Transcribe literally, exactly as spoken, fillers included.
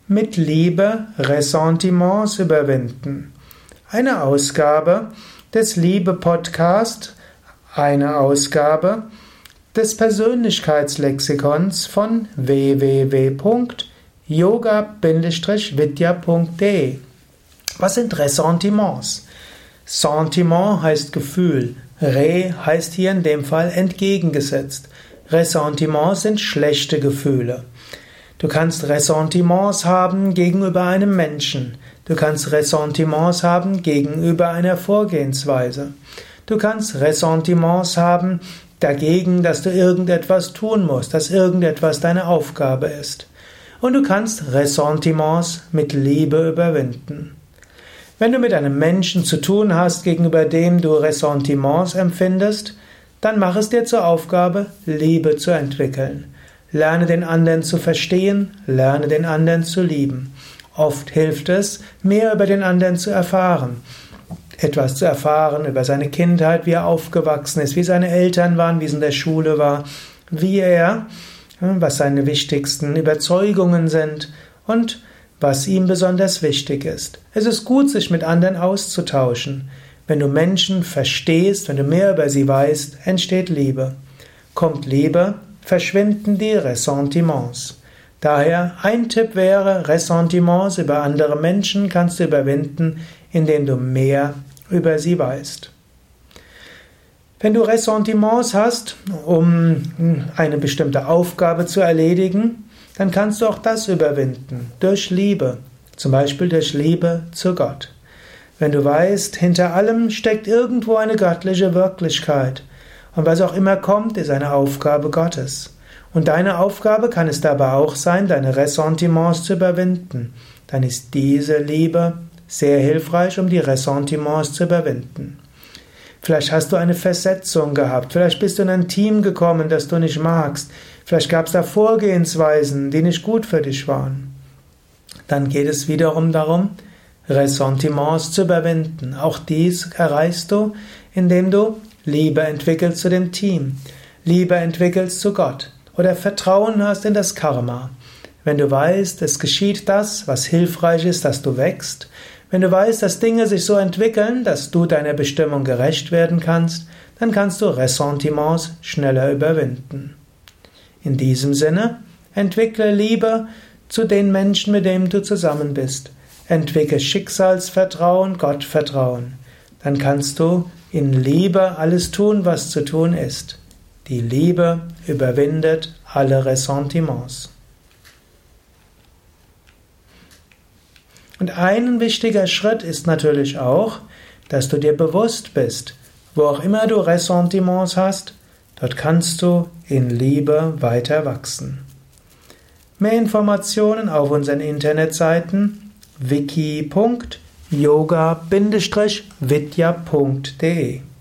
Mit Liebe Ressentiments überwinden. Eine Ausgabe des Liebe-Podcast, eine Ausgabe des Persönlichkeitslexikons von w w w punkt yoga Bindestrich vidya punkt de. Was sind Ressentiments? Sentiment heißt Gefühl, Re heißt hier in dem Fall entgegengesetzt. Ressentiments sind schlechte Gefühle. Du kannst Ressentiments haben gegenüber einem Menschen. Du kannst Ressentiments haben gegenüber einer Vorgehensweise. Du kannst Ressentiments haben dagegen, dass du irgendetwas tun musst, dass irgendetwas deine Aufgabe ist. Und du kannst Ressentiments mit Liebe überwinden. Wenn du mit einem Menschen zu tun hast, gegenüber dem du Ressentiments empfindest, dann mach es dir zur Aufgabe, Liebe zu entwickeln. Lerne den anderen zu verstehen, lerne den anderen zu lieben. Oft hilft es, mehr über den anderen zu erfahren. Etwas zu erfahren über seine Kindheit, wie er aufgewachsen ist, wie seine Eltern waren, wie es in der Schule war, wie er, was seine wichtigsten Überzeugungen sind und was ihm besonders wichtig ist. Es ist gut, sich mit anderen auszutauschen. Wenn du Menschen verstehst, wenn du mehr über sie weißt, entsteht Liebe. Kommt Liebe, verschwinden die Ressentiments. Daher ein Tipp wäre, Ressentiments über andere Menschen kannst du überwinden, indem du mehr über sie weißt. Wenn du Ressentiments hast, um eine bestimmte Aufgabe zu erledigen, dann kannst du auch das überwinden, durch Liebe, zum Beispiel durch Liebe zu Gott. Wenn du weißt, hinter allem steckt irgendwo eine göttliche Wirklichkeit, und was auch immer kommt, ist eine Aufgabe Gottes. Und deine Aufgabe kann es dabei auch sein, deine Ressentiments zu überwinden. Dann ist diese Liebe sehr hilfreich, um die Ressentiments zu überwinden. Vielleicht hast du eine Versetzung gehabt, vielleicht bist du in ein Team gekommen, das du nicht magst, vielleicht gab es da Vorgehensweisen, die nicht gut für dich waren. Dann geht es wiederum darum, Ressentiments zu überwinden. Auch dies erreichst du, indem du Liebe entwickelst zu dem Team, Liebe entwickelst zu Gott oder Vertrauen hast in das Karma. Wenn du weißt, es geschieht das, was hilfreich ist, dass du wächst, wenn du weißt, dass Dinge sich so entwickeln, dass du deiner Bestimmung gerecht werden kannst, dann kannst du Ressentiments schneller überwinden. In diesem Sinne, entwickle Liebe zu den Menschen, mit denen du zusammen bist. Entwickle Schicksalsvertrauen, Gottvertrauen. Dann kannst du in Liebe alles tun, was zu tun ist. Die Liebe überwindet alle Ressentiments. Und ein wichtiger Schritt ist natürlich auch, dass du dir bewusst bist, wo auch immer du Ressentiments hast, dort kannst du in Liebe weiter wachsen. Mehr Informationen auf unseren Internetseiten wiki punkt yoga Bindestrich vidya punkt de